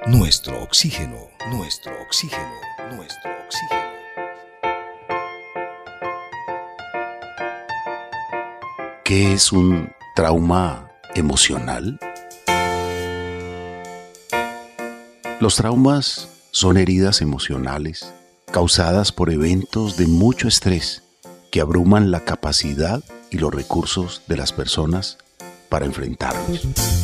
Nuestro oxígeno, nuestro oxígeno, nuestro oxígeno. ¿Qué es un trauma emocional? Los traumas son heridas emocionales causadas por eventos de mucho estrés que abruman la capacidad y los recursos de las personas para enfrentarlos.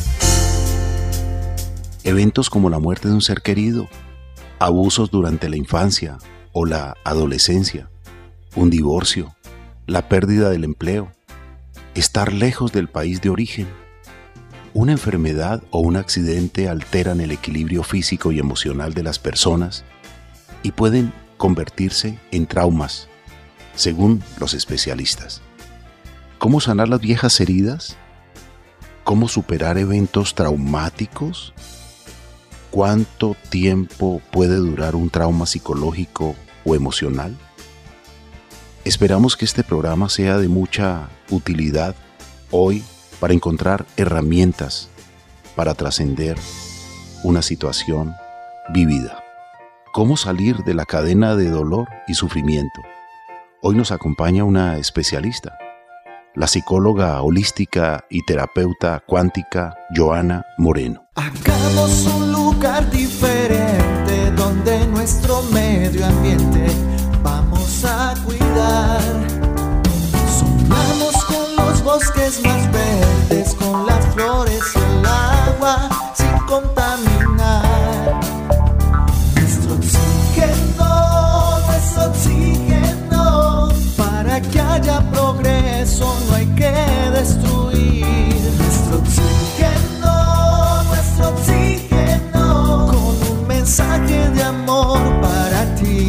Eventos como la muerte de un ser querido, abusos durante la infancia o la adolescencia, un divorcio, la pérdida del empleo, estar lejos del país de origen, una enfermedad o un accidente alteran el equilibrio físico y emocional de las personas y pueden convertirse en traumas, según los especialistas. ¿Cómo sanar las viejas heridas? ¿Cómo superar eventos traumáticos? ¿Cuánto tiempo puede durar un trauma psicológico o emocional? Esperamos que este programa sea de mucha utilidad hoy para encontrar herramientas para trascender una situación vivida. ¿Cómo salir de la cadena de dolor y sufrimiento? Hoy nos acompaña una especialista, la psicóloga holística y terapeuta cuántica Johanna Moreno. Hagamos un lugar diferente donde nuestro medio ambiente vamos a cuidar. Soñamos con los bosques más verdes, con las flores y el agua sin contaminar. Nuestro oxígeno, para que haya progreso no hay que destruir. Nuestro oxígeno, con un mensaje de amor para ti.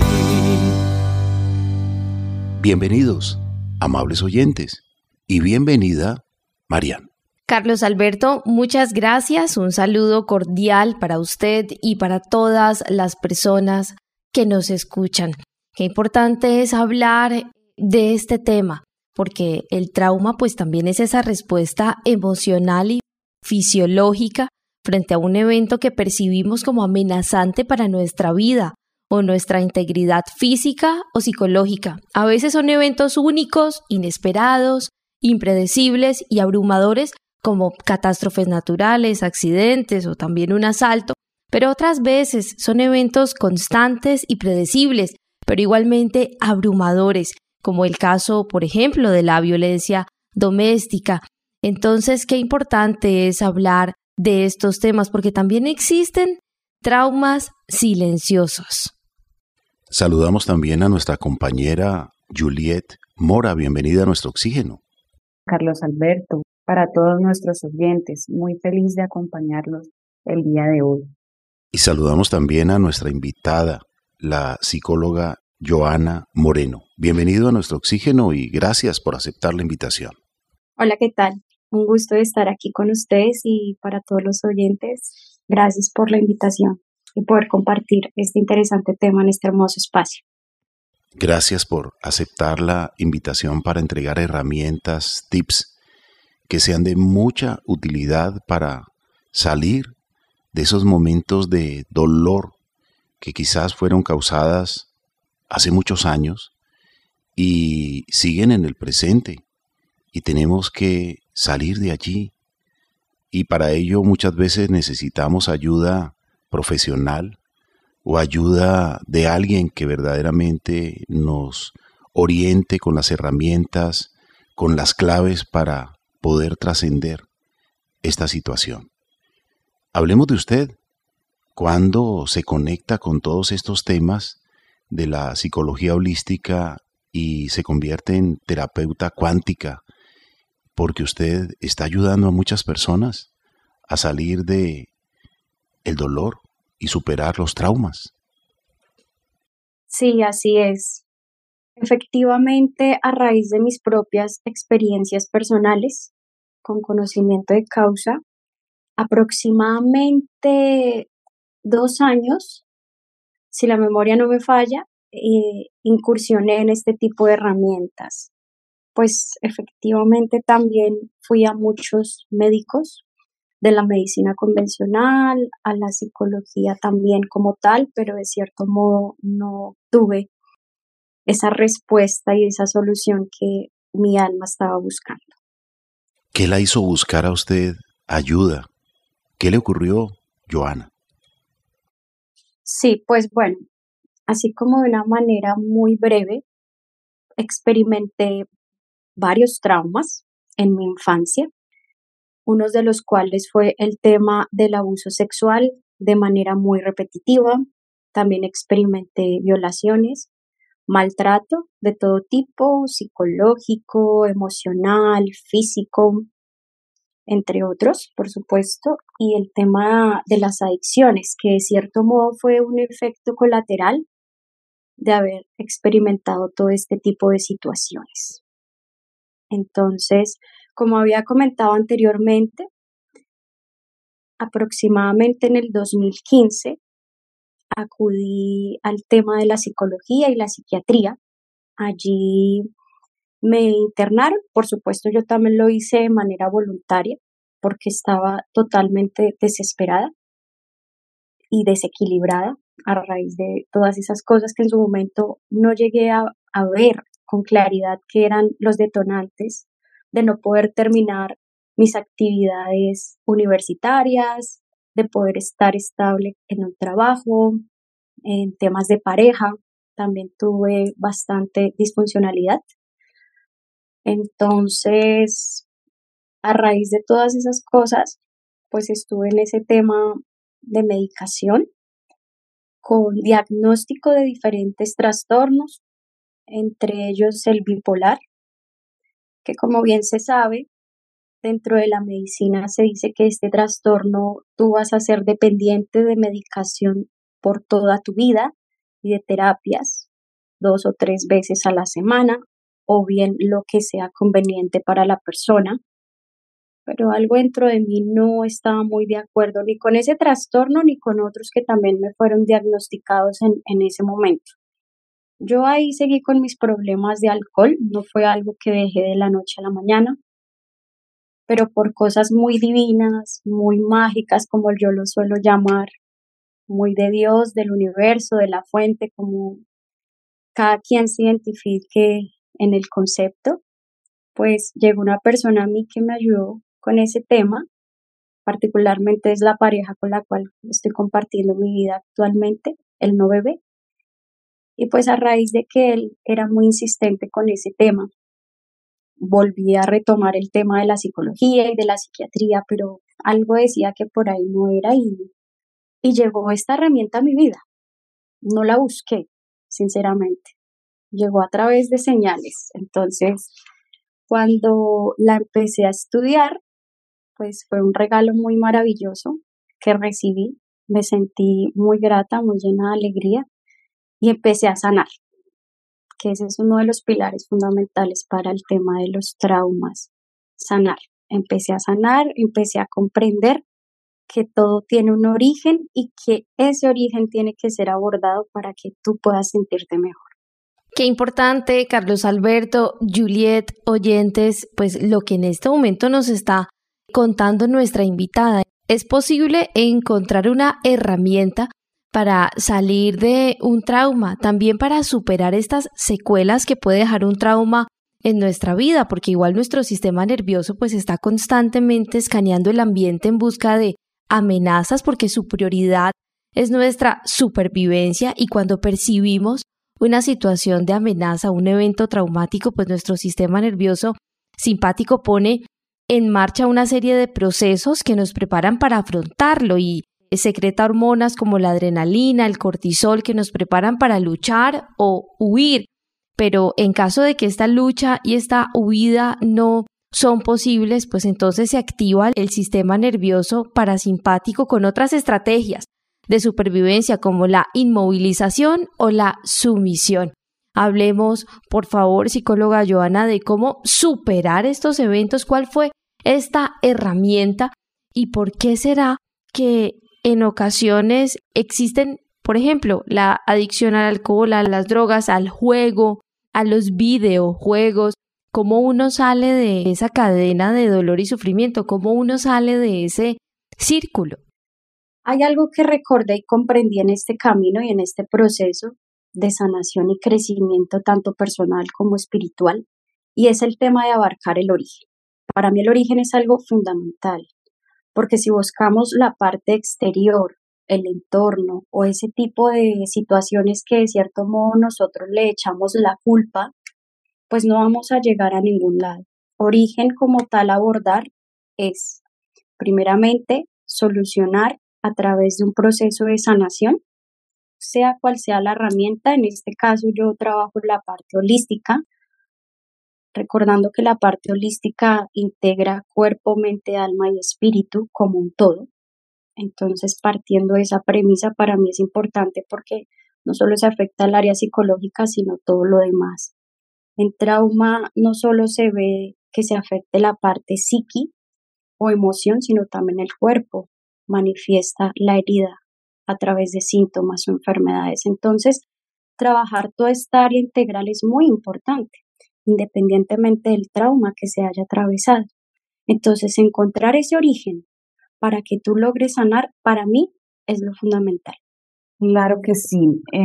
Bienvenidos, amables oyentes, y bienvenida, Marian. Carlos Alberto, muchas gracias. Un saludo cordial para usted y para todas las personas que nos escuchan. Qué importante es hablar de este tema, porque el trauma pues también es esa respuesta emocional y fisiológica frente a un evento que percibimos como amenazante para nuestra vida o nuestra integridad física o psicológica. A veces son eventos únicos, inesperados, impredecibles y abrumadores, como catástrofes naturales, accidentes o también un asalto, pero otras veces son eventos constantes y predecibles, pero igualmente abrumadores, como el caso, por ejemplo, de la violencia doméstica. Entonces, qué importante es hablar de estos temas, porque también existen traumas silenciosos. Saludamos también a nuestra compañera Juliet Mora. Bienvenida a Nuestro Oxígeno. Carlos Alberto, para todos nuestros oyentes, muy feliz de acompañarlos el día de hoy. Y saludamos también a nuestra invitada, la psicóloga Johanna Moreno. Bienvenido a Nuestro Oxígeno y gracias por aceptar la invitación. Hola, ¿qué tal? Un gusto de estar aquí con ustedes y para todos los oyentes, gracias por la invitación y poder compartir este interesante tema en este hermoso espacio. Gracias por aceptar la invitación para entregar herramientas, tips que sean de mucha utilidad para salir de esos momentos de dolor que quizás fueron causadas hace muchos años y siguen en el presente y tenemos que salir de allí y para ello muchas veces necesitamos ayuda profesional o ayuda de alguien que verdaderamente nos oriente con las herramientas, con las claves para poder trascender esta situación. Hablemos de usted. ¿Cuándo se conecta con todos estos temas de la psicología holística y se convierte en terapeuta cuántica? Porque usted está ayudando a muchas personas a salir de el dolor y superar los traumas. Sí, así es. Efectivamente, a raíz de mis propias experiencias personales, con conocimiento de causa, aproximadamente 2 años, si la memoria no me falla, incursioné en este tipo de herramientas. Pues efectivamente también fui a muchos médicos de la medicina convencional a la psicología también como tal, pero de cierto modo no tuve esa respuesta y esa solución que mi alma estaba buscando. ¿Qué la hizo buscar a usted ayuda? ¿Qué le ocurrió, Joana? Sí, pues bueno, así como de una manera muy breve, experimenté varios traumas en mi infancia, unos de los cuales fue el tema del abuso sexual de manera muy repetitiva. También experimenté violaciones, maltrato de todo tipo, psicológico, emocional, físico, entre otros, por supuesto, y el tema de las adicciones, que de cierto modo fue un efecto colateral de haber experimentado todo este tipo de situaciones. Entonces, como había comentado anteriormente, aproximadamente en el 2015 acudí al tema de la psicología y la psiquiatría. Allí me internaron, por supuesto yo también lo hice de manera voluntaria porque estaba totalmente desesperada y desequilibrada a raíz de todas esas cosas que en su momento no llegué a ver con claridad que eran los detonantes de no poder terminar mis actividades universitarias, de poder estar estable en un trabajo, en temas de pareja. También tuve bastante disfuncionalidad. Entonces, a raíz de todas esas cosas, pues estuve en ese tema de medicación con diagnóstico de diferentes trastornos, entre ellos el bipolar, que como bien se sabe, dentro de la medicina se dice que este trastorno tú vas a ser dependiente de medicación por toda tu vida y de terapias 2 o 3 veces a la semana, o bien lo que sea conveniente para la persona. Pero algo dentro de mí no estaba muy de acuerdo ni con ese trastorno ni con otros que también me fueron diagnosticados en ese momento. Yo ahí seguí con mis problemas de alcohol, no fue algo que dejé de la noche a la mañana, pero por cosas muy divinas, muy mágicas, como yo lo suelo llamar, muy de Dios, del universo, de la fuente, como cada quien se identifique en el concepto, pues llegó una persona a mí que me ayudó con ese tema, particularmente es la pareja con la cual estoy compartiendo mi vida actualmente, el no bebé, y pues a raíz de que él era muy insistente con ese tema, volví a retomar el tema de la psicología y de la psiquiatría, pero algo decía que por ahí no era y llegó esta herramienta a mi vida. No la busqué, sinceramente. Llegó a través de señales. Entonces, cuando la empecé a estudiar, pues fue un regalo muy maravilloso que recibí. Me sentí muy grata, muy llena de alegría y empecé a sanar, que ese es uno de los pilares fundamentales para el tema de los traumas, sanar. Empecé a sanar, empecé a comprender que todo tiene un origen y que ese origen tiene que ser abordado para que tú puedas sentirte mejor. Qué importante, Carlos Alberto, Juliet, oyentes, pues lo que en este momento nos está contando nuestra invitada. Es posible encontrar una herramienta para salir de un trauma, también para superar estas secuelas que puede dejar un trauma en nuestra vida, porque igual nuestro sistema nervioso pues está constantemente escaneando el ambiente en busca de amenazas, porque su prioridad es nuestra supervivencia, y cuando percibimos una situación de amenaza, un evento traumático, pues nuestro sistema nervioso simpático pone en marcha una serie de procesos que nos preparan para afrontarlo y secreta hormonas como la adrenalina, el cortisol, que nos preparan para luchar o huir. Pero en caso de que esta lucha y esta huida no son posibles, pues entonces se activa el sistema nervioso parasimpático con otras estrategias de supervivencia como la inmovilización o la sumisión. Hablemos, por favor, psicóloga Joana, de cómo superar estos eventos, cuál fue esta herramienta y por qué será que en ocasiones existen, por ejemplo, la adicción al alcohol, a las drogas, al juego, a los videojuegos, cómo uno sale de esa cadena de dolor y sufrimiento, cómo uno sale de ese círculo. Hay algo que recordé y comprendí en este camino y en este proceso de sanación y crecimiento tanto personal como espiritual, y es el tema de abarcar el origen. Para mí el origen es algo fundamental, porque si buscamos la parte exterior, el entorno o ese tipo de situaciones que de cierto modo nosotros le echamos la culpa, pues no vamos a llegar a ningún lado. Origen como tal abordar es, primeramente, solucionar a través de un proceso de sanación, sea cual sea la herramienta. En este caso yo trabajo la parte holística, recordando que la parte holística integra cuerpo, mente, alma y espíritu como un todo. Entonces, partiendo de esa premisa, para mí es importante porque no solo se afecta al área psicológica, sino todo lo demás. En trauma no solo se ve que se afecte la parte psiqui o emoción, sino también el cuerpo manifiesta la herida a través de síntomas o enfermedades. Entonces, trabajar toda esta área integral es muy importante, independientemente del trauma que se haya atravesado. Entonces, encontrar ese origen para que tú logres sanar, para mí, es lo fundamental. Claro que sí.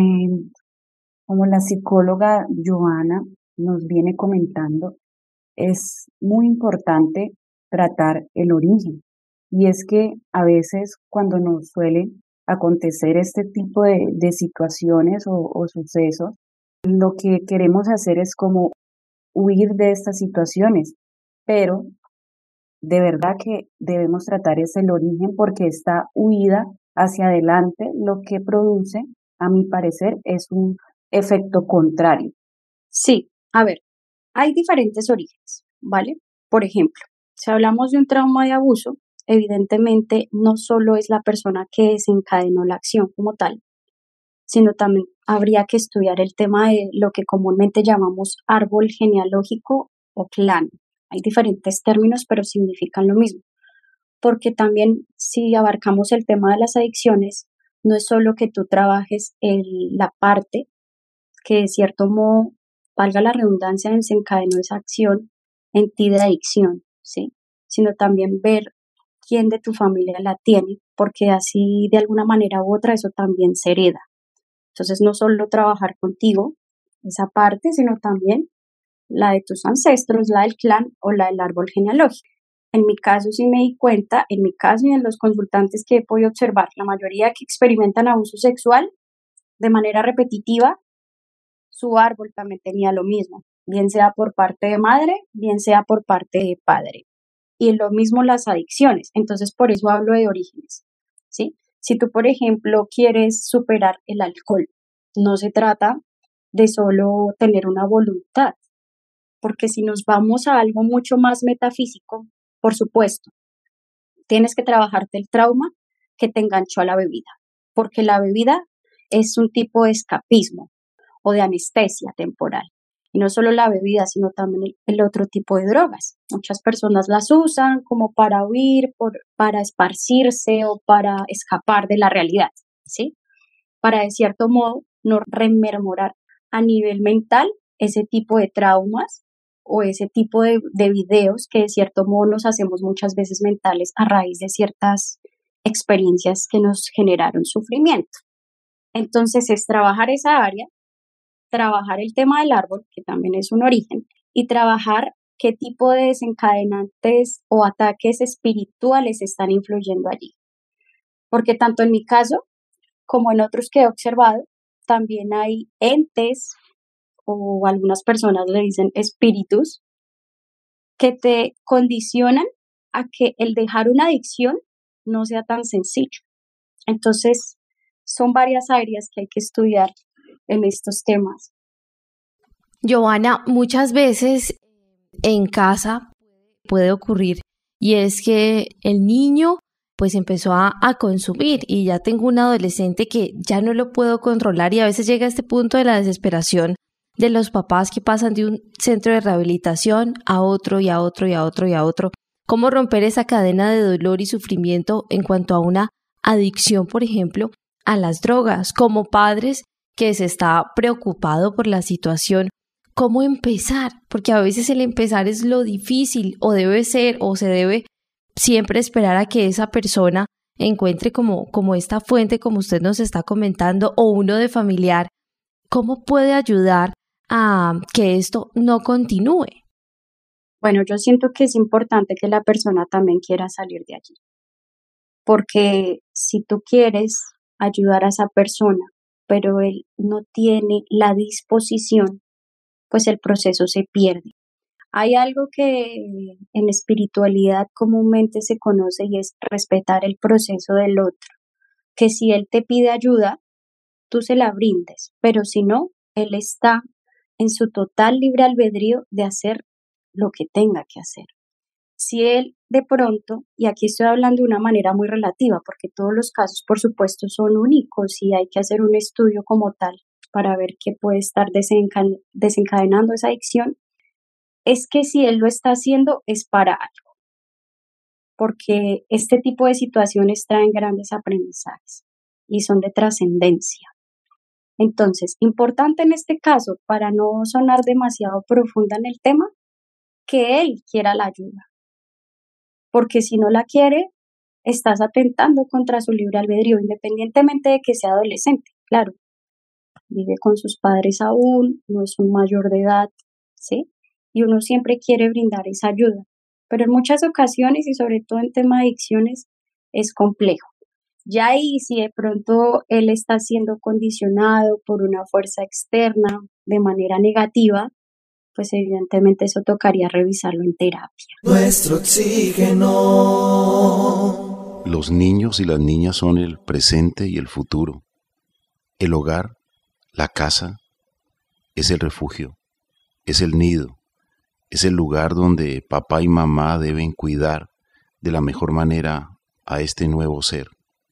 Como la psicóloga Joana nos viene comentando, es muy importante tratar el origen. Y es que a veces cuando nos suele acontecer este tipo de situaciones o sucesos, lo que queremos hacer es como huir de estas situaciones, pero de verdad que debemos tratar es el origen, porque esta huida hacia adelante lo que produce, a mi parecer, es un efecto contrario. Sí, a ver, hay diferentes orígenes, ¿vale? Por ejemplo, si hablamos de un trauma de abuso, evidentemente no solo es la persona que desencadenó la acción como tal, sino también habría que estudiar el tema de lo que comúnmente llamamos árbol genealógico o clan. Hay diferentes términos, pero significan lo mismo, porque también si abarcamos el tema de las adicciones, no es solo que tú trabajes la parte que de cierto modo, valga la redundancia, desencadenó esa acción en ti de adicción, ¿sí? Sino también ver quién de tu familia la tiene, porque así de alguna manera u otra eso también se hereda. Entonces no solo trabajar contigo esa parte, sino también la de tus ancestros, la del clan o la del árbol genealógico. En mi caso sí me di cuenta, en mi caso y en los consultantes que he podido observar, la mayoría que experimentan abuso sexual de manera repetitiva, su árbol también tenía lo mismo, bien sea por parte de madre, bien sea por parte de padre. Y lo mismo las adicciones. Entonces, por eso hablo de orígenes, ¿sí? Si tú, por ejemplo, quieres superar el alcohol, no se trata de solo tener una voluntad, porque si nos vamos a algo mucho más metafísico, por supuesto, tienes que trabajarte el trauma que te enganchó a la bebida, porque la bebida es un tipo de escapismo o de anestesia temporal. Y no solo la bebida, sino también el otro tipo de drogas. Muchas personas las usan como para huir, para esparcirse o para escapar de la realidad, ¿sí? Para de cierto modo no rememorar a nivel mental ese tipo de traumas o ese tipo de videos que de cierto modo nos hacemos muchas veces mentales a raíz de ciertas experiencias que nos generaron sufrimiento. Entonces es trabajar esa área, trabajar el tema del árbol, que también es un origen, y trabajar qué tipo de desencadenantes o ataques espirituales están influyendo allí. Porque tanto en mi caso como en otros que he observado, también hay entes o algunas personas le dicen espíritus que te condicionan a que el dejar una adicción no sea tan sencillo. Entonces, son varias áreas que hay que estudiar en estos temas. Joana, muchas veces en casa puede ocurrir y es que el niño pues empezó a consumir y ya tengo un adolescente que ya no lo puedo controlar y a veces llega a este punto de la desesperación de los papás que pasan de un centro de rehabilitación a otro y a otro y a otro y a otro. ¿Cómo romper esa cadena de dolor y sufrimiento en cuanto a una adicción, por ejemplo, a las drogas? Como padres que se está preocupado por la situación, ¿cómo empezar? Porque a veces el empezar es lo difícil o debe ser o se debe siempre esperar a que esa persona encuentre como esta fuente, como usted nos está comentando, o uno de familiar, ¿cómo puede ayudar a que esto no continúe? Bueno, yo siento que es importante que la persona también quiera salir de allí, porque si tú quieres ayudar a esa persona, pero él no tiene la disposición, pues el proceso se pierde. Hay algo que en espiritualidad comúnmente se conoce y es respetar el proceso del otro, que si él te pide ayuda, tú se la brindes, pero si no, él está en su total libre albedrío de hacer lo que tenga que hacer. Si él de pronto, y aquí estoy hablando de una manera muy relativa, porque todos los casos, por supuesto, son únicos y hay que hacer un estudio como tal para ver qué puede estar desencadenando esa adicción, es que si él lo está haciendo es para algo, porque este tipo de situaciones traen grandes aprendizajes y son de trascendencia. Entonces, importante en este caso, para no sonar demasiado profunda en el tema, que él quiera la ayuda, porque si no la quiere, estás atentando contra su libre albedrío, independientemente de que sea adolescente, claro, vive con sus padres aún, no es un mayor de edad, ¿sí? Y uno siempre quiere brindar esa ayuda, pero en muchas ocasiones y sobre todo en tema de adicciones es complejo. Ya ahí si de pronto él está siendo condicionado por una fuerza externa de manera negativa, pues evidentemente eso tocaría revisarlo en terapia. Nuestro oxígeno. Los niños y las niñas son el presente y el futuro. El hogar, la casa, es el refugio, es el nido, es el lugar donde papá y mamá deben cuidar de la mejor manera a este nuevo ser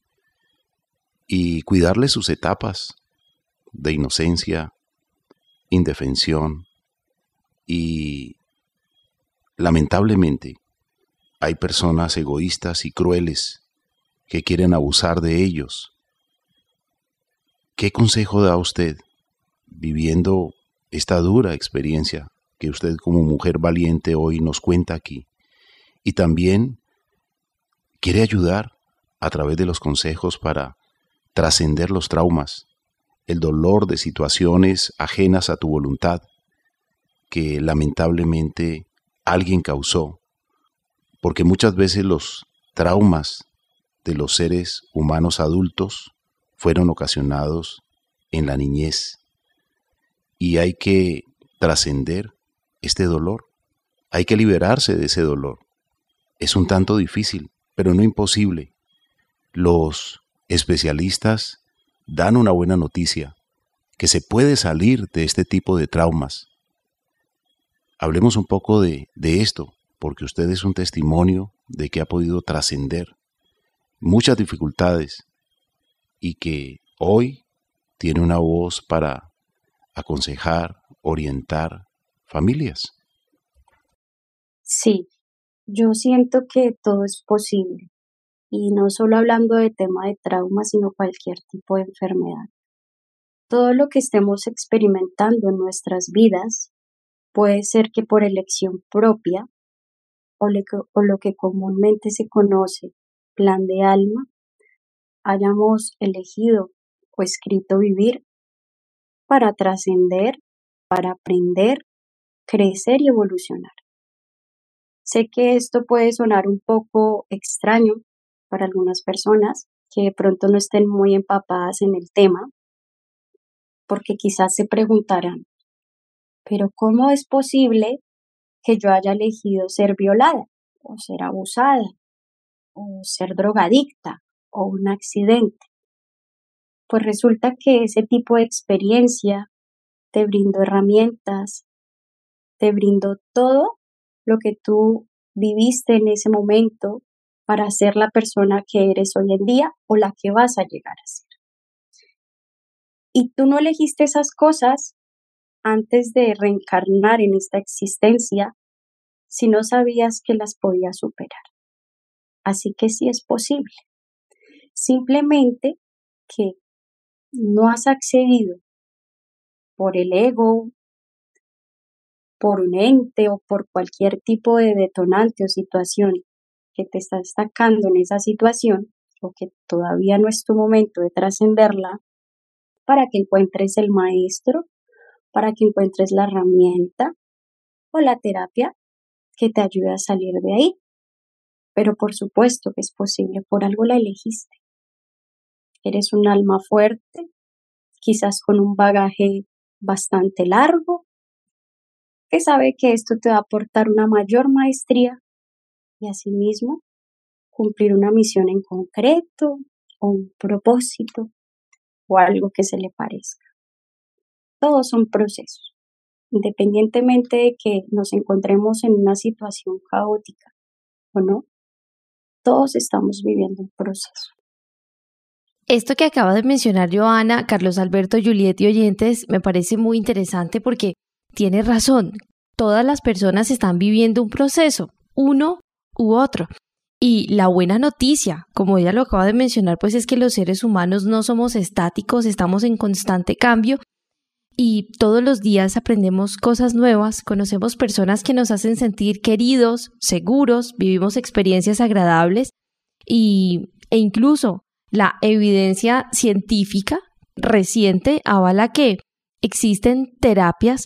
y cuidarle sus etapas de inocencia, indefensión y, lamentablemente, hay personas egoístas y crueles que quieren abusar de ellos. ¿Qué consejo da usted viviendo esta dura experiencia que usted como mujer valiente hoy nos cuenta aquí? Y también quiere ayudar a través de los consejos para trascender los traumas, el dolor de situaciones ajenas a tu voluntad que lamentablemente alguien causó, porque muchas veces los traumas de los seres humanos adultos fueron ocasionados en la niñez y hay que trascender este dolor, hay que liberarse de ese dolor. Es un tanto difícil, pero no imposible. Los especialistas dan una buena noticia, que se puede salir de este tipo de traumas. Hablemos un poco de esto, porque usted es un testimonio de que ha podido trascender muchas dificultades y que hoy tiene una voz para aconsejar, orientar familias. Sí, yo siento que todo es posible y no solo hablando de tema de trauma, sino cualquier tipo de enfermedad. Todo lo que estemos experimentando en nuestras vidas puede ser que por elección propia o lo que comúnmente se conoce plan de alma, hayamos elegido o escrito vivir para trascender, para aprender, crecer y evolucionar. Sé que esto puede sonar un poco extraño para algunas personas que de pronto no estén muy empapadas en el tema, porque quizás se preguntarán, pero ¿cómo es posible que yo haya elegido ser violada o ser abusada o ser drogadicta o un accidente? Pues resulta que ese tipo de experiencia te brindó herramientas, te brindó todo lo que tú viviste en ese momento para ser la persona que eres hoy en día o la que vas a llegar a ser. Y tú no elegiste esas cosas antes de reencarnar en esta existencia si no sabías que las podías superar. Así que sí es posible. Simplemente que no has accedido por el ego, por un ente o por cualquier tipo de detonante o situación que te está estancando en esa situación o que todavía no es tu momento de trascenderla, para que encuentres el maestro, para que encuentres la herramienta o la terapia que te ayude a salir de ahí. Pero por supuesto que es posible, por algo la elegiste. Eres un alma fuerte, quizás con un bagaje bastante largo, que sabe que esto te va a aportar una mayor maestría y asimismo cumplir una misión en concreto o un propósito o algo que se le parezca. Todos son procesos, independientemente de que nos encontremos en una situación caótica o no, todos estamos viviendo un proceso. Esto que acaba de mencionar Joana, Carlos Alberto, Juliet y oyentes, me parece muy interesante porque tiene razón. Todas las personas están viviendo un proceso, uno u otro. Y la buena noticia, como ella lo acaba de mencionar, pues es que los seres humanos no somos estáticos, estamos en constante cambio y todos los días aprendemos cosas nuevas, conocemos personas que nos hacen sentir queridos, seguros, vivimos experiencias agradables e incluso la evidencia científica reciente avala que existen terapias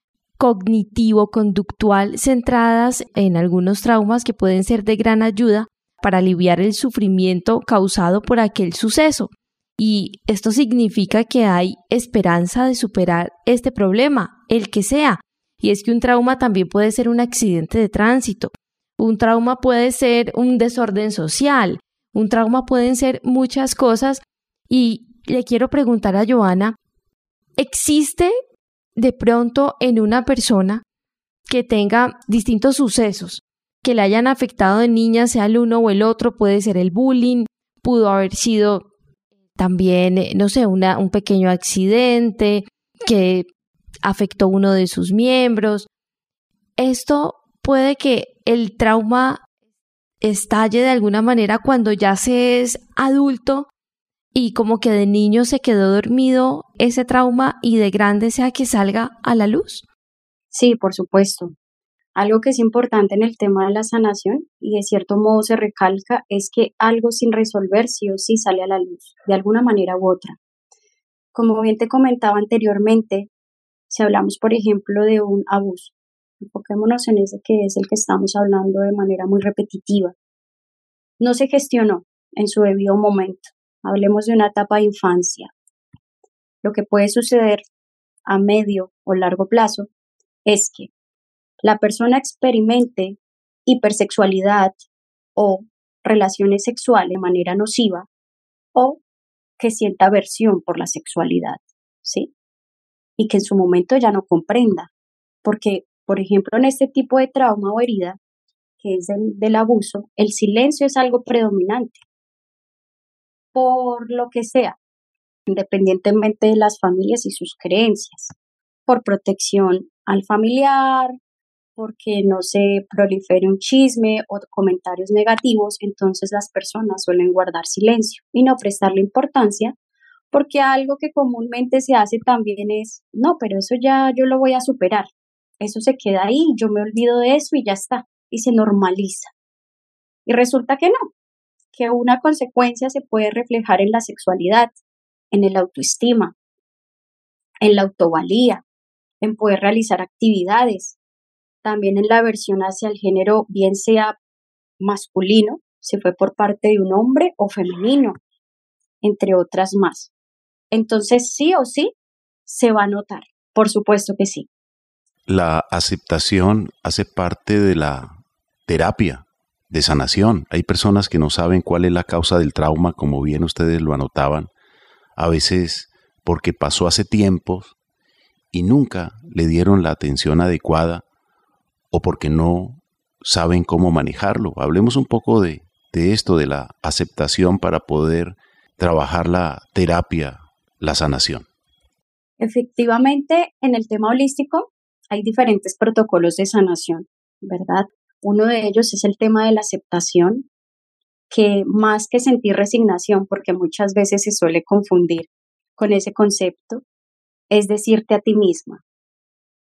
cognitivo-conductual centradas en algunos traumas que pueden ser de gran ayuda para aliviar el sufrimiento causado por aquel suceso. Y esto significa que hay esperanza de superar este problema, el que sea. Y es que un trauma también puede ser un accidente de tránsito, un trauma puede ser un desorden social, un trauma pueden ser muchas cosas. Y le quiero preguntar a Joana, ¿existe de pronto en una persona que tenga distintos sucesos que le hayan afectado de niña, sea el uno o el otro? Puede ser el bullying, pudo haber sido también, no sé, un pequeño accidente que afectó uno de sus miembros. Esto puede que el trauma estalle de alguna manera cuando ya se es adulto y como que de niño se quedó dormido ese trauma y de grande sea que salga a la luz. Sí, por supuesto. Algo que es importante en el tema de la sanación y de cierto modo se recalca es que algo sin resolver sí o sí sale a la luz, de alguna manera u otra. Como bien te comentaba anteriormente, si hablamos, por ejemplo, de un abuso, enfoquémonos en ese que es el que estamos hablando de manera muy repetitiva. No se gestionó en su debido momento. Hablemos de una etapa de infancia. Lo que puede suceder a medio o largo plazo es que la persona experimente hipersexualidad o relaciones sexuales de manera nociva o que sienta aversión por la sexualidad, ¿sí? Y que en su momento ya no comprenda. Porque, por ejemplo, en este tipo de trauma o herida, que es del abuso, el silencio es algo predominante. Por lo que sea, independientemente de las familias y sus creencias, por protección al familiar, porque no se prolifere un chisme o comentarios negativos, entonces las personas suelen guardar silencio y no prestarle importancia, porque algo que comúnmente se hace también es, no, pero eso ya yo lo voy a superar, eso se queda ahí, yo me olvido de eso y ya está, y se normaliza. Y resulta que no, que una consecuencia se puede reflejar en la sexualidad, en el autoestima, en la autovalía, en poder realizar actividades, también en la aversión hacia el género, bien sea masculino, si fue por parte de un hombre o femenino, entre otras más. Entonces, sí o sí, se va a notar, por supuesto que sí. La aceptación hace parte de la terapia de sanación. Hay personas que no saben cuál es la causa del trauma, como bien ustedes lo anotaban, a veces porque pasó hace tiempos y nunca le dieron la atención adecuada o porque no saben cómo manejarlo. Hablemos un poco de esto, de la aceptación para poder trabajar la terapia, la sanación. Efectivamente, en el tema holístico hay diferentes protocolos de sanación, ¿verdad? Uno de ellos es el tema de la aceptación, que más que sentir resignación, porque muchas veces se suele confundir con ese concepto, es decirte a ti misma,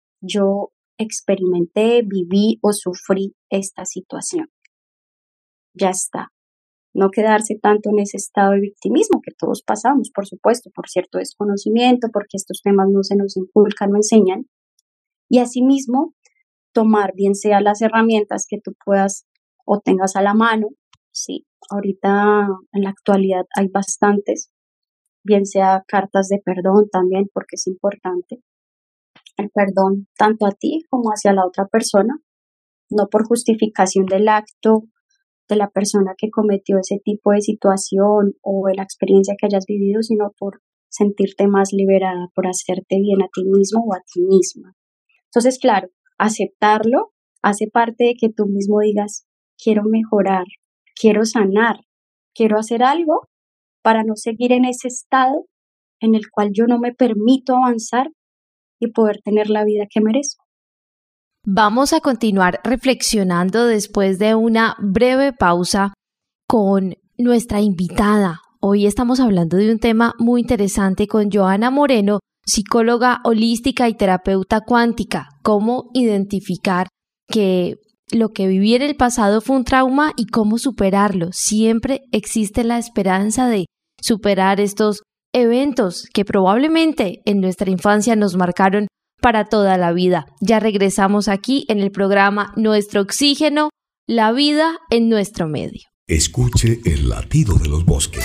yo experimenté, viví o sufrí esta situación. ya está. No quedarse tanto en ese estado de victimismo que todos pasamos, por supuesto, por cierto desconocimiento, porque estos temas no se nos inculcan, no enseñan. Y asimismo, tomar bien sea las herramientas que tú puedas o tengas a la mano, sí, ahorita en la actualidad hay bastantes, bien sea cartas de perdón también, porque es importante, el perdón tanto a ti como hacia la otra persona, no por justificación del acto de la persona que cometió ese tipo de situación o de la experiencia que hayas vivido, sino por sentirte más liberada, por hacerte bien a ti mismo o a ti misma. Entonces, claro, aceptarlo hace parte de que tú mismo digas, quiero mejorar, quiero sanar, quiero hacer algo para no seguir en ese estado en el cual yo no me permito avanzar y poder tener la vida que merezco. Vamos a continuar reflexionando después de una breve pausa con nuestra invitada. Hoy estamos hablando de un tema muy interesante con Johanna Moreno, psicóloga holística y terapeuta cuántica. Cómo identificar que lo que viví en el pasado fue un trauma y cómo superarlo. Siempre existe la esperanza de superar estos eventos que probablemente en nuestra infancia nos marcaron para toda la vida. Ya regresamos aquí en el programa Nuestro Oxígeno, la vida en nuestro medio. Escuche el latido de los bosques.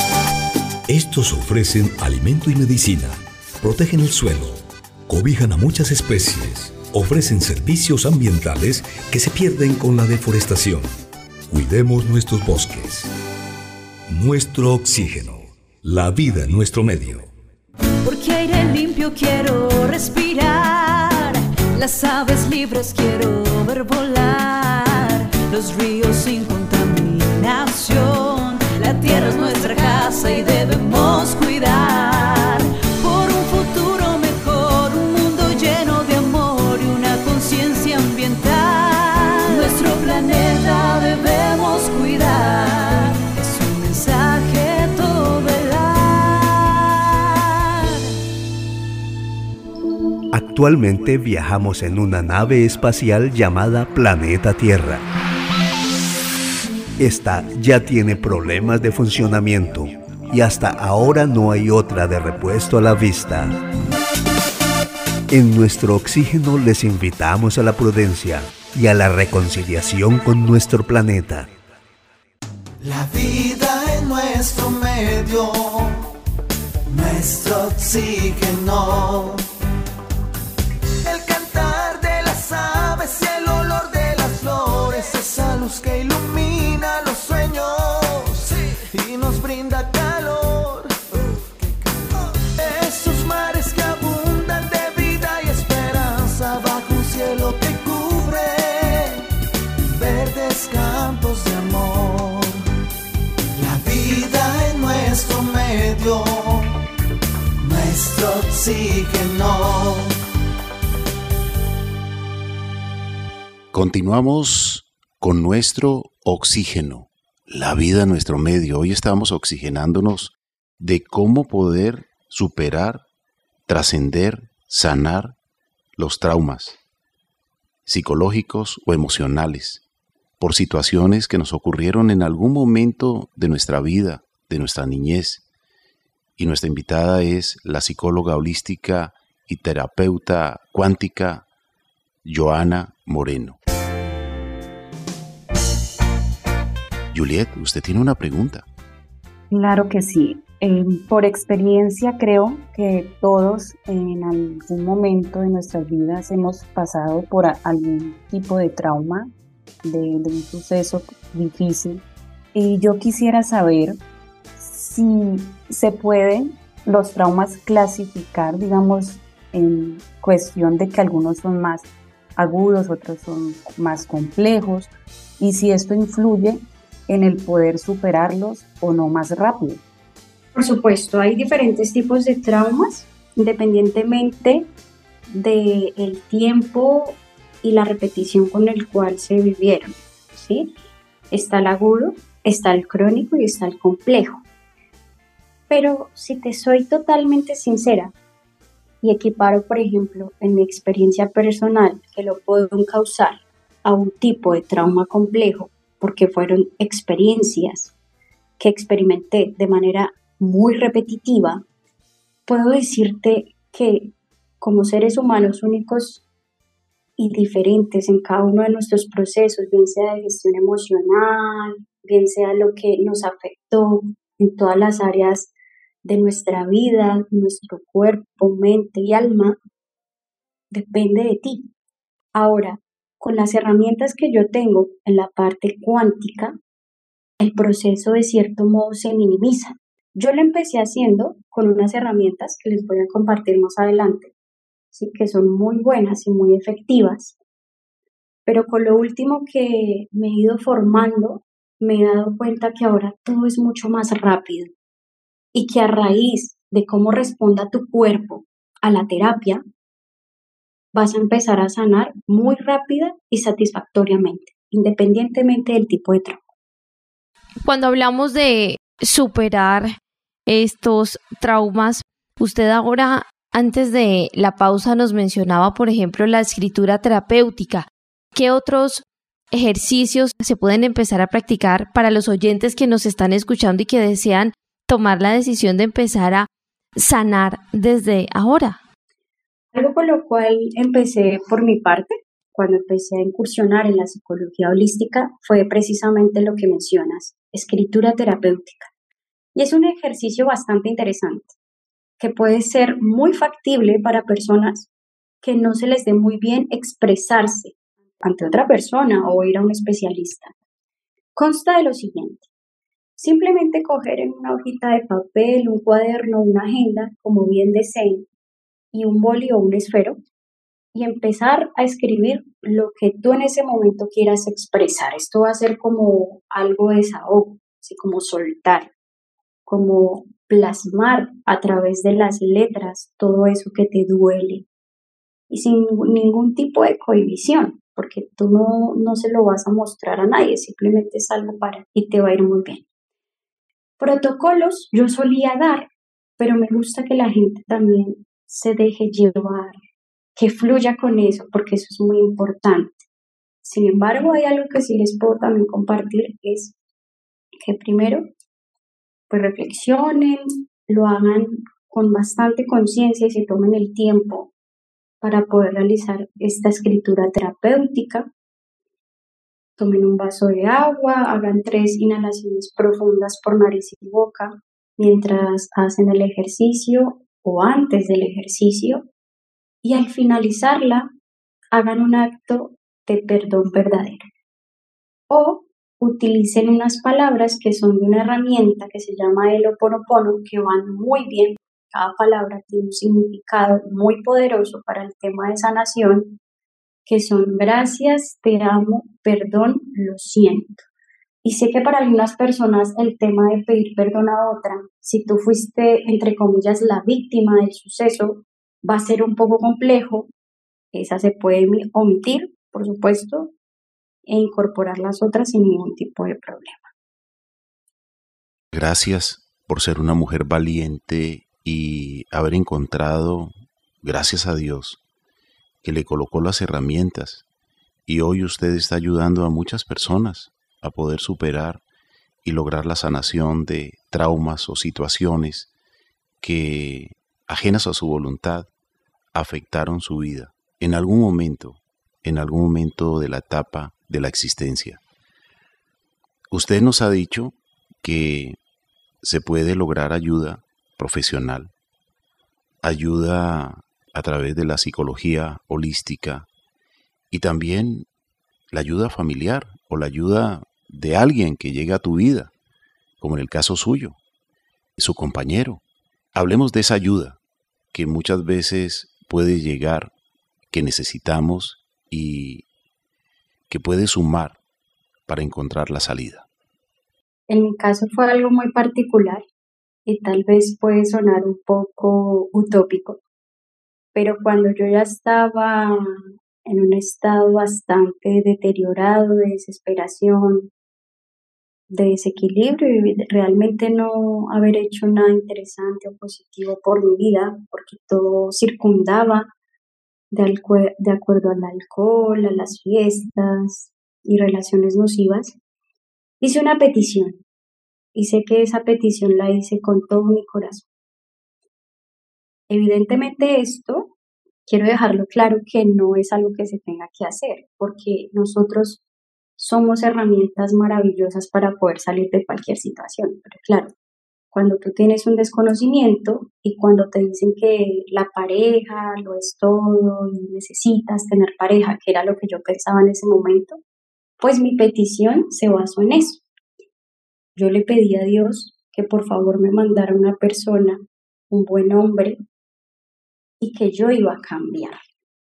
Estos ofrecen alimento y medicina, protegen el suelo, cobijan a muchas especies, ofrecen servicios ambientales que se pierden con la deforestación. Cuidemos nuestros bosques. Nuestro oxígeno, la vida en nuestro medio. Porque aire limpio quiero respirar, las aves libres quiero ver volar, los ríos sin contaminación, la tierra es nuestra casa y debemos cuidar, por un futuro mejor, un mundo lleno de amor y una conciencia ambiental, nuestro planeta debemos cuidar, es un mensaje todo velar. Actualmente viajamos en una nave espacial llamada Planeta Tierra. Esta ya tiene problemas de funcionamiento y hasta ahora no hay otra de repuesto a la vista. En Nuestro Oxígeno les invitamos a la prudencia y a la reconciliación con nuestro planeta. La vida en nuestro medio, nuestro oxígeno. El cantar de las aves y el olor de las flores, esa luz que ilumina los sueños y nos brinda calor. Esos mares que abundan de vida y esperanza bajo un cielo que cubre verdes campos de amor. La vida en nuestro medio, nuestro oxígeno. Continuamos con nuestro oxígeno, la vida en nuestro medio. Hoy estamos oxigenándonos de cómo poder superar, trascender, sanar los traumas psicológicos o emocionales por situaciones que nos ocurrieron en algún momento de nuestra vida, de nuestra niñez. Y nuestra invitada es la psicóloga holística y terapeuta cuántica Johanna Moreno. Juliet, usted tiene una pregunta. Claro que sí. Por experiencia creo que todos en algún momento de nuestras vidas hemos pasado por algún tipo de trauma, de un suceso difícil. Y yo quisiera saber si se pueden los traumas clasificar, digamos, en cuestión de que algunos son más agudos, otros son más complejos, y si esto influye en el poder superarlos o no más rápido. Por supuesto, hay diferentes tipos de traumas, independientemente del tiempo y la repetición con el cual se vivieron, ¿sí? Está el agudo, está el crónico y está el complejo. Pero si te soy totalmente sincera y equiparo, por ejemplo, en mi experiencia personal, que lo puedo causar a un tipo de trauma complejo, porque fueron experiencias que experimenté de manera muy repetitiva, puedo decirte que como seres humanos únicos y diferentes en cada uno de nuestros procesos, bien sea de gestión emocional, bien sea lo que nos afectó en todas las áreas de nuestra vida, nuestro cuerpo, mente y alma, depende de ti. Ahora, con las herramientas que yo tengo en la parte cuántica, el proceso de cierto modo se minimiza. Yo lo empecé haciendo con unas herramientas que les voy a compartir más adelante, ¿sí? Que son muy buenas y muy efectivas, pero con lo último que me he ido formando, me he dado cuenta que ahora todo es mucho más rápido y que a raíz de cómo responda tu cuerpo a la terapia, vas a empezar a sanar muy rápida y satisfactoriamente, independientemente del tipo de trauma. Cuando hablamos de superar estos traumas, usted ahora, antes de la pausa, nos mencionaba, por ejemplo, la escritura terapéutica. ¿Qué otros ejercicios se pueden empezar a practicar para los oyentes que nos están escuchando y que desean tomar la decisión de empezar a sanar desde ahora? Algo con lo cual empecé por mi parte, cuando empecé a incursionar en la psicología holística, fue precisamente lo que mencionas, escritura terapéutica. Y es un ejercicio bastante interesante, que puede ser muy factible para personas que no se les dé muy bien expresarse ante otra persona o ir a un especialista. Consta de lo siguiente: simplemente coger en una hojita de papel, un cuaderno, una agenda, como bien deseen, y un boli o un esfero, y empezar a escribir lo que tú en ese momento quieras expresar. Esto va a ser como algo de desahogo, así como soltar, como plasmar a través de las letras todo eso que te duele y sin ningún tipo de cohibición, porque tú no se lo vas a mostrar a nadie, simplemente es algo para y te va a ir muy bien. Protocolos yo solía dar, pero me gusta que la gente también se deje llevar, que fluya con eso, porque eso es muy importante. Sin embargo, hay algo que sí les puedo también compartir, es que primero, pues reflexionen, lo hagan con bastante conciencia y se tomen el tiempo para poder realizar esta escritura terapéutica. Tomen un vaso de agua, hagan 3 inhalaciones profundas por nariz y boca mientras hacen el ejercicio o antes del ejercicio, y al finalizarla hagan un acto de perdón verdadero. O utilicen unas palabras que son de una herramienta que se llama el Ho'oponopono, que van muy bien. Cada palabra tiene un significado muy poderoso para el tema de sanación, que son gracias, te amo, perdón, lo siento. Y sé que para algunas personas el tema de pedir perdón a otra, si tú fuiste, entre comillas, la víctima del suceso, va a ser un poco complejo. Esa se puede omitir, por supuesto, e incorporar las otras sin ningún tipo de problema. Gracias por ser una mujer valiente y haber encontrado, gracias a Dios, que le colocó las herramientas, y hoy usted está ayudando a muchas personas a poder superar y lograr la sanación de traumas o situaciones que, ajenas a su voluntad, afectaron su vida en algún momento de la etapa de la existencia. Usted nos ha dicho que se puede lograr ayuda profesional, ayuda a través de la psicología holística y también la ayuda familiar o la ayuda de alguien que llega a tu vida, como en el caso suyo, su compañero. Hablemos de esa ayuda que muchas veces puede llegar, que necesitamos y que puede sumar para encontrar la salida. En mi caso fue algo muy particular y tal vez puede sonar un poco utópico, pero cuando yo ya estaba en un estado bastante deteriorado de desesperación, de desequilibrio y realmente no haber hecho nada interesante o positivo por mi vida, porque todo circundaba de acuerdo al alcohol, a las fiestas y relaciones nocivas, hice una petición y sé que esa petición la hice con todo mi corazón. Evidentemente esto, quiero dejarlo claro que no es algo que se tenga que hacer, porque nosotros somos herramientas maravillosas para poder salir de cualquier situación. Pero claro, cuando tú tienes un desconocimiento y cuando te dicen que la pareja lo es todo y necesitas tener pareja, que era lo que yo pensaba en ese momento, pues mi petición se basó en eso. Yo le pedí a Dios que por favor me mandara una persona, un buen hombre, y que yo iba a cambiar.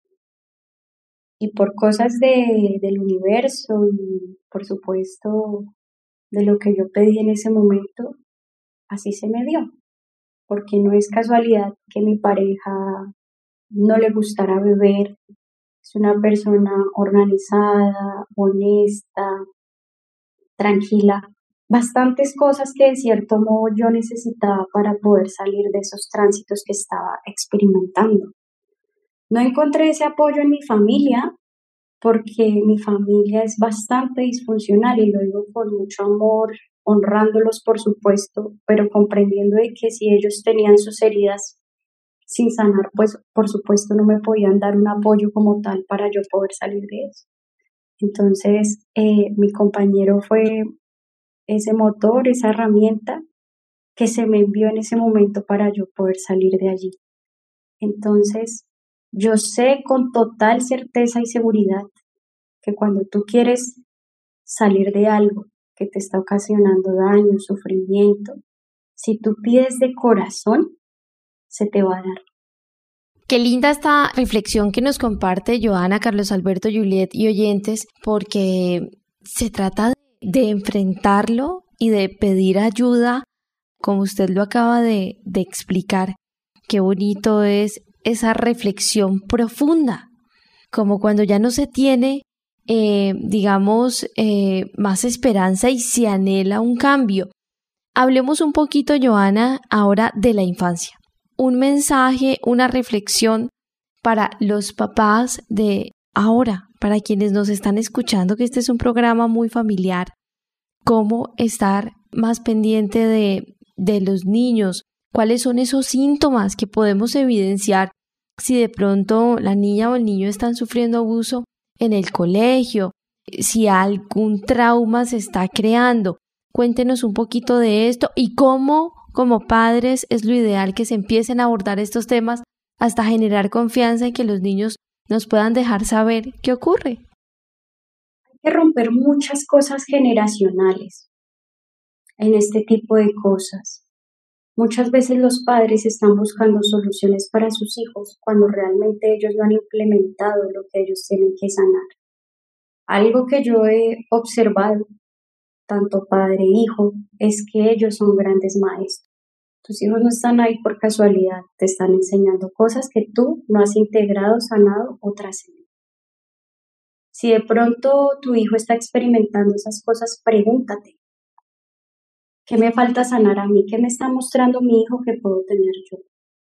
Y por cosas del universo y por supuesto de lo que yo pedí en ese momento, así se me dio. Porque no es casualidad que mi pareja no le gustara beber, es una persona organizada, honesta, tranquila, bastantes cosas que de cierto modo yo necesitaba para poder salir de esos tránsitos que estaba experimentando. No encontré ese apoyo en mi familia porque mi familia es bastante disfuncional y lo digo con mucho amor, honrándolos por supuesto, pero comprendiendo de que si ellos tenían sus heridas sin sanar, pues por supuesto no me podían dar un apoyo como tal para yo poder salir de eso. Entonces, mi compañero fue ese motor, esa herramienta que se me envió en ese momento para yo poder salir de allí. Entonces, yo sé con total certeza y seguridad que cuando tú quieres salir de algo que te está ocasionando daño, sufrimiento, si tú pides de corazón, se te va a dar. Qué linda esta reflexión que nos comparte Joana, Carlos Alberto, Juliet y oyentes, porque se trata de enfrentarlo y de pedir ayuda, como usted lo acaba de explicar. Qué bonito es esa reflexión profunda, como cuando ya no se tiene, más esperanza y se anhela un cambio. Hablemos un poquito, Joana, ahora de la infancia. Un mensaje, una reflexión para los papás de ahora, para quienes nos están escuchando, que este es un programa muy familiar. Cómo estar más pendiente de los niños, cuáles son esos síntomas que podemos evidenciar si de pronto la niña o el niño están sufriendo abuso en el colegio, si algún trauma se está creando. Cuéntenos un poquito de esto y cómo, como padres, es lo ideal que se empiecen a abordar estos temas hasta generar confianza en que los niños nos puedan dejar saber qué ocurre. Hay que romper muchas cosas generacionales en este tipo de cosas. Muchas veces los padres están buscando soluciones para sus hijos cuando realmente ellos no han implementado lo que ellos tienen que sanar. Algo que yo he observado, tanto padre e hijo, es que ellos son grandes maestros. Tus hijos no están ahí por casualidad, te están enseñando cosas que tú no has integrado, sanado o trascendido. Si de pronto tu hijo está experimentando esas cosas, pregúntate, ¿qué me falta sanar a mí? ¿Qué me está mostrando mi hijo que puedo tener yo?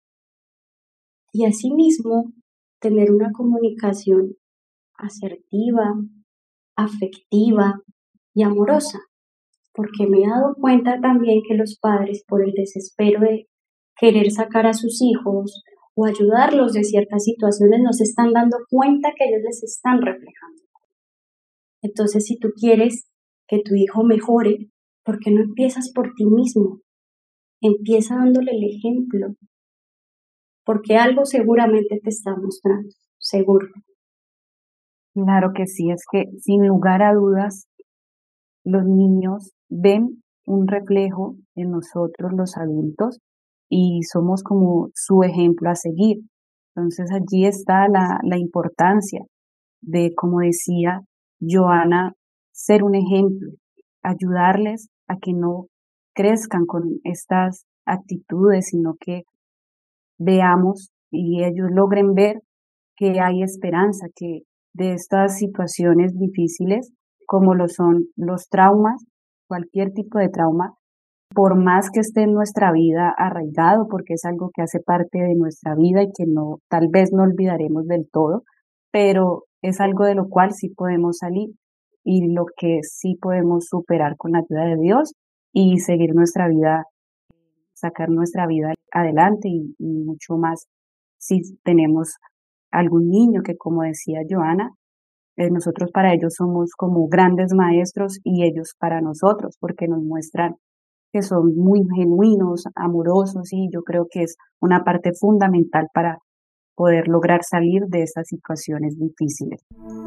Y asimismo, tener una comunicación asertiva, afectiva y amorosa, porque me he dado cuenta también que los padres, por el desespero de querer sacar a sus hijos o ayudarlos de ciertas situaciones, no se están dando cuenta que ellos les están reflejando. Entonces, si tú quieres que tu hijo mejore, ¿por qué no empiezas por ti mismo? Empieza dándole el ejemplo, porque algo seguramente te está mostrando, seguro. Claro que sí, es que sin lugar a dudas, los niños ven un reflejo en nosotros, los adultos, y somos como su ejemplo a seguir. Entonces allí está la importancia de, como decía Joana, ser un ejemplo, ayudarles a que no crezcan con estas actitudes, sino que veamos y ellos logren ver que hay esperanza, que de estas situaciones difíciles, como lo son los traumas, cualquier tipo de trauma, por más que esté en nuestra vida arraigado, porque es algo que hace parte de nuestra vida y que no, tal vez no olvidaremos del todo, pero es algo de lo cual sí podemos salir. y lo que sí podemos superar con la ayuda de Dios y seguir nuestra vida, sacar nuestra vida adelante y mucho más si tenemos algún niño que, como decía Joana, nosotros para ellos somos como grandes maestros y ellos para nosotros, porque nos muestran que son muy genuinos, amorosos, y yo creo que es una parte fundamental para poder lograr salir de esas situaciones difíciles.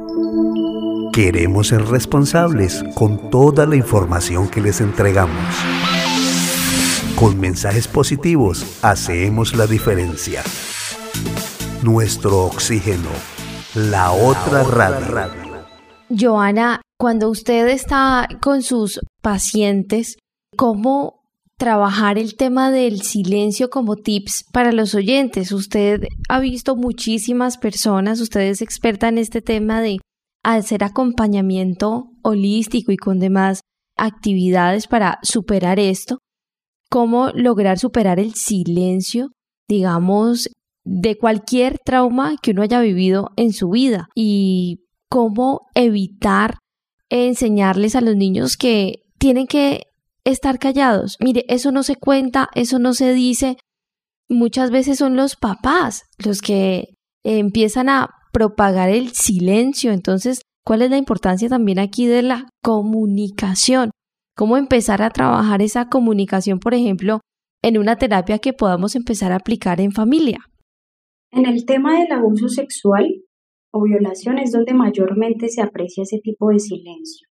Queremos ser responsables con toda la información que les entregamos. Con mensajes positivos hacemos la diferencia. Nuestro oxígeno, la otra radio. Joana, cuando usted está con sus pacientes, ¿cómo trabajar el tema del silencio como tips para los oyentes? Usted ha visto muchísimas personas, usted es experta en este tema de hacer acompañamiento holístico y con demás actividades para superar esto. ¿Cómo lograr superar el silencio, digamos, de cualquier trauma que uno haya vivido en su vida? Y cómo evitar enseñarles a los niños que tienen que estar callados. Mire, eso no se cuenta, eso no se dice. Muchas veces son los papás los que empiezan a propagar el silencio. Entonces, ¿cuál es la importancia también aquí de la comunicación? ¿Cómo empezar a trabajar esa comunicación, por ejemplo, en una terapia que podamos empezar a aplicar en familia? En el tema del abuso sexual o violación es donde mayormente se aprecia ese tipo de silencio.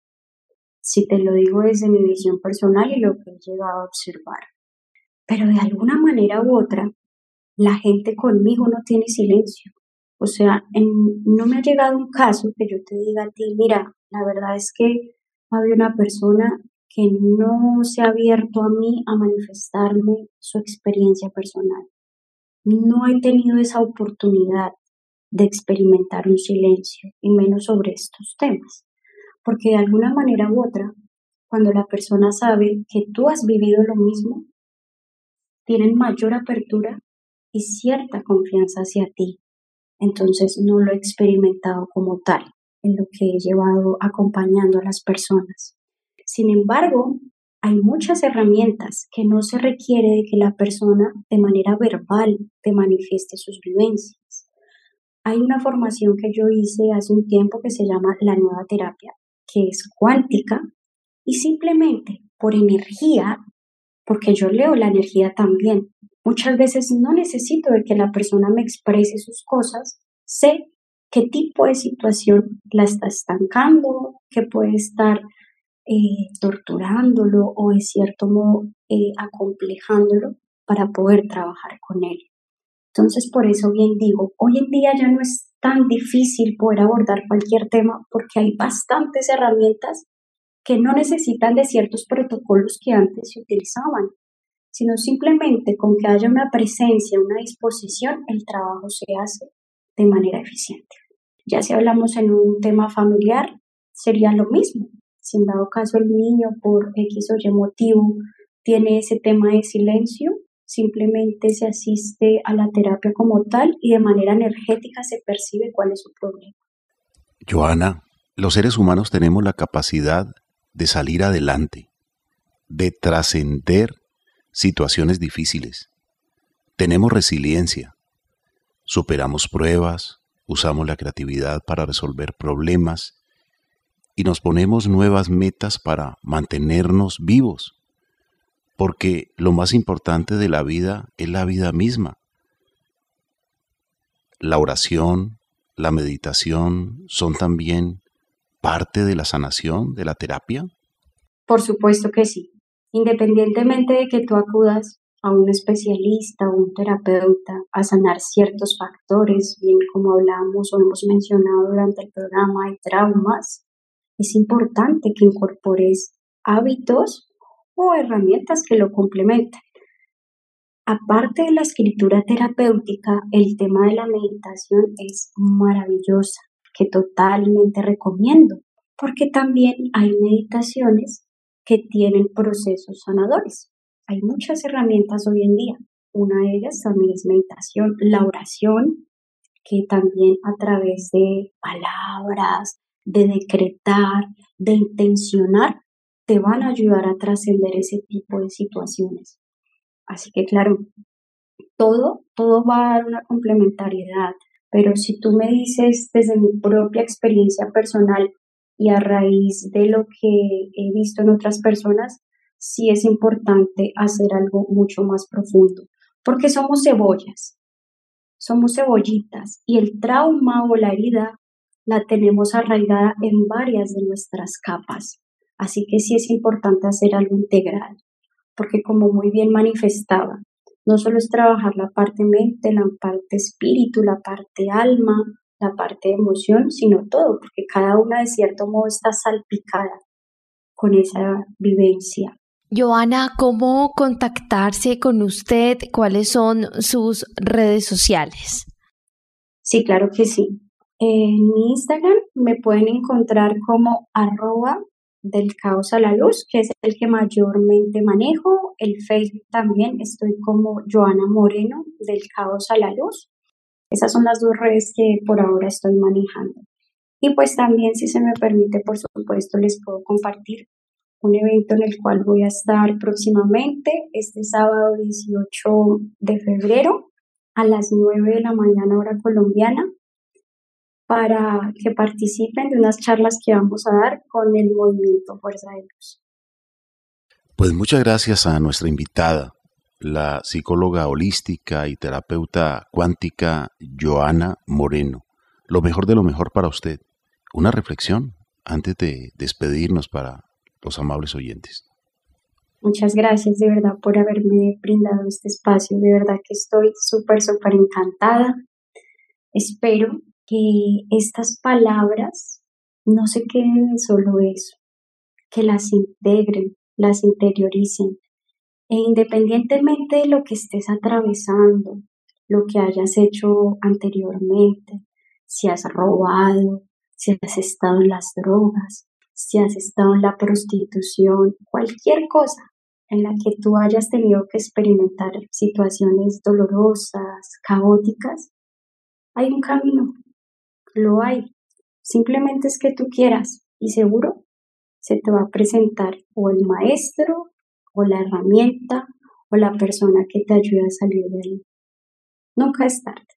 Si te lo digo desde mi visión personal y lo que he llegado a observar. Pero de alguna manera u otra, la gente conmigo no tiene silencio. O sea, no me ha llegado un caso que yo te diga a ti, mira, la verdad es que había una persona que no se ha abierto a mí a manifestarme su experiencia personal. No he tenido esa oportunidad de experimentar un silencio, y menos sobre estos temas. Porque de alguna manera u otra, cuando la persona sabe que tú has vivido lo mismo, tienen mayor apertura y cierta confianza hacia ti. Entonces no lo he experimentado como tal en lo que he llevado acompañando a las personas. Sin embargo, hay muchas herramientas que no se requiere de que la persona de manera verbal te manifieste sus vivencias. Hay una formación que yo hice hace un tiempo que se llama la nueva terapia, que es cuántica, y simplemente por energía, porque yo leo la energía también, muchas veces no necesito de que la persona me exprese sus cosas, sé qué tipo de situación la está estancando, que puede estar torturándolo o de cierto modo acomplejándolo para poder trabajar con él. Entonces, por eso bien digo, hoy en día ya no es tan difícil poder abordar cualquier tema porque hay bastantes herramientas que no necesitan de ciertos protocolos que antes se utilizaban, sino simplemente con que haya una presencia, una disposición, el trabajo se hace de manera eficiente. Ya si hablamos en un tema familiar, sería lo mismo. Si en dado caso el niño por X o Y motivo tiene ese tema de silencio, simplemente se asiste a la terapia como tal y de manera energética se percibe cuál es su problema. Joana, los seres humanos tenemos la capacidad de salir adelante, de trascender situaciones difíciles. Tenemos resiliencia, superamos pruebas, usamos la creatividad para resolver problemas y nos ponemos nuevas metas para mantenernos vivos, porque lo más importante de la vida es la vida misma. La oración, la meditación son también parte de la sanación, de la terapia. Por supuesto que sí. Independientemente de que tú acudas a un especialista o un terapeuta a sanar ciertos factores, bien como hablamos o hemos mencionado durante el programa de traumas, es importante que incorpores hábitos o herramientas que lo complementen. Aparte de la escritura terapéutica, el tema de la meditación es maravillosa, que totalmente recomiendo, porque también hay meditaciones que tienen procesos sanadores. Hay muchas herramientas hoy en día. Una de ellas también es meditación, la oración, que también a través de palabras, de decretar, de intencionar, te van a ayudar a trascender ese tipo de situaciones. Así que claro, todo va a dar una complementariedad, pero si tú me dices desde mi propia experiencia personal y a raíz de lo que he visto en otras personas, sí es importante hacer algo mucho más profundo, porque somos cebollas, somos cebollitas y el trauma o la herida la tenemos arraigada en varias de nuestras capas. Así que sí es importante hacer algo integral, porque como muy bien manifestaba, no solo es trabajar la parte mente, la parte espíritu, la parte alma, la parte emoción, sino todo, porque cada una de cierto modo está salpicada con esa vivencia. Johanna, ¿cómo contactarse con usted? ¿Cuáles son sus redes sociales? Sí, claro que sí. En mi Instagram me pueden encontrar como @delcaosalaluz, que es el que mayormente manejo. El Facebook también estoy como Johanna Moreno, del Caos a la Luz. Esas son las 2 redes que por ahora estoy manejando. Y pues también, si se me permite, por supuesto, les puedo compartir un evento en el cual voy a estar próximamente este sábado 18 de febrero a las 9 de la mañana hora colombiana, para que participen de unas charlas que vamos a dar con el movimiento Fuerza de Luz. Pues muchas gracias a nuestra invitada, la psicóloga holística y terapeuta cuántica Johanna Moreno. Lo mejor de lo mejor para usted. Una reflexión antes de despedirnos para los amables oyentes. Muchas gracias de verdad por haberme brindado este espacio. De verdad que estoy súper encantada. Espero que estas palabras no se queden en solo eso, que las integren, las interioricen, e independientemente de lo que estés atravesando, lo que hayas hecho anteriormente, si has robado, si has estado en las drogas, si has estado en la prostitución, cualquier cosa en la que tú hayas tenido que experimentar situaciones dolorosas, caóticas, hay un camino. Lo hay, simplemente es que tú quieras y seguro se te va a presentar o el maestro o la herramienta o la persona que te ayude a salir de ahí. Nunca es tarde.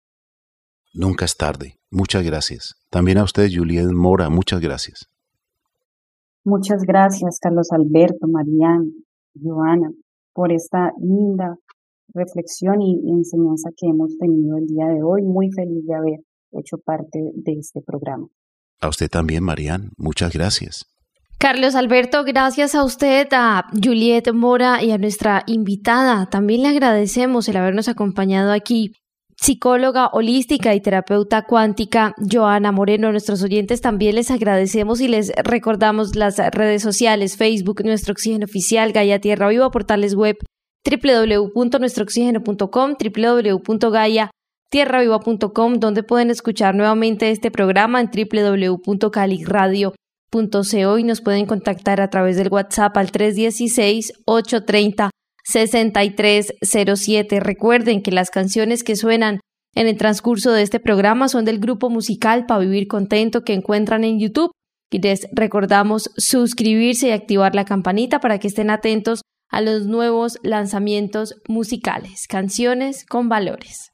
Nunca es tarde. Muchas gracias. También a usted, Juliet Mora, muchas gracias. Muchas gracias, Carlos Alberto, Marián, Johanna, por esta linda reflexión y enseñanza que hemos tenido el día de hoy. Muy feliz de haber hecho parte de este programa. A usted también, Marián, muchas gracias. Carlos Alberto, gracias a usted, a Juliet Mora y a nuestra invitada. También le agradecemos el habernos acompañado aquí. Psicóloga holística y terapeuta cuántica Johanna Moreno. A nuestros oyentes también les agradecemos y les recordamos las redes sociales: Facebook, Nuestro Oxígeno Oficial, Gaia Tierra Viva, portales web www.nuestrooxigeno.com, www.gaiatierraviva.com, donde pueden escuchar nuevamente este programa en www.caliradio.co y nos pueden contactar a través del WhatsApp al 316-830-6307. Recuerden que las canciones que suenan en el transcurso de este programa son del grupo musical Pa' Vivir Contento, que encuentran en YouTube, y les recordamos suscribirse y activar la campanita para que estén atentos a los nuevos lanzamientos musicales, canciones con valores.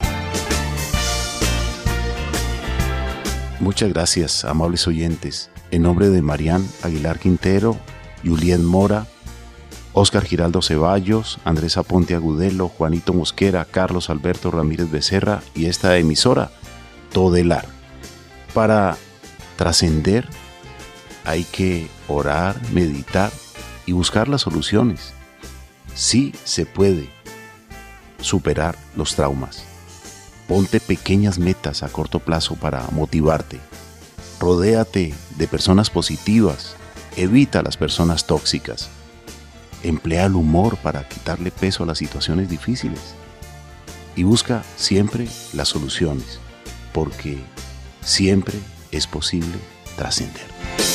Muchas gracias, amables oyentes. En nombre de Marián Aguilar Quintero, Juliet Mora, Óscar Giraldo Ceballos, Andrés Aponte Agudelo, Juanito Mosquera, Carlos Alberto Ramírez Becerra y esta emisora, Todelar. Para trascender hay que orar, meditar y buscar las soluciones. Sí se puede superar los traumas. Ponte pequeñas metas a corto plazo para motivarte. Rodéate de personas positivas. Evita a las personas tóxicas. Emplea el humor para quitarle peso a las situaciones difíciles. Y busca siempre las soluciones, porque siempre es posible trascender.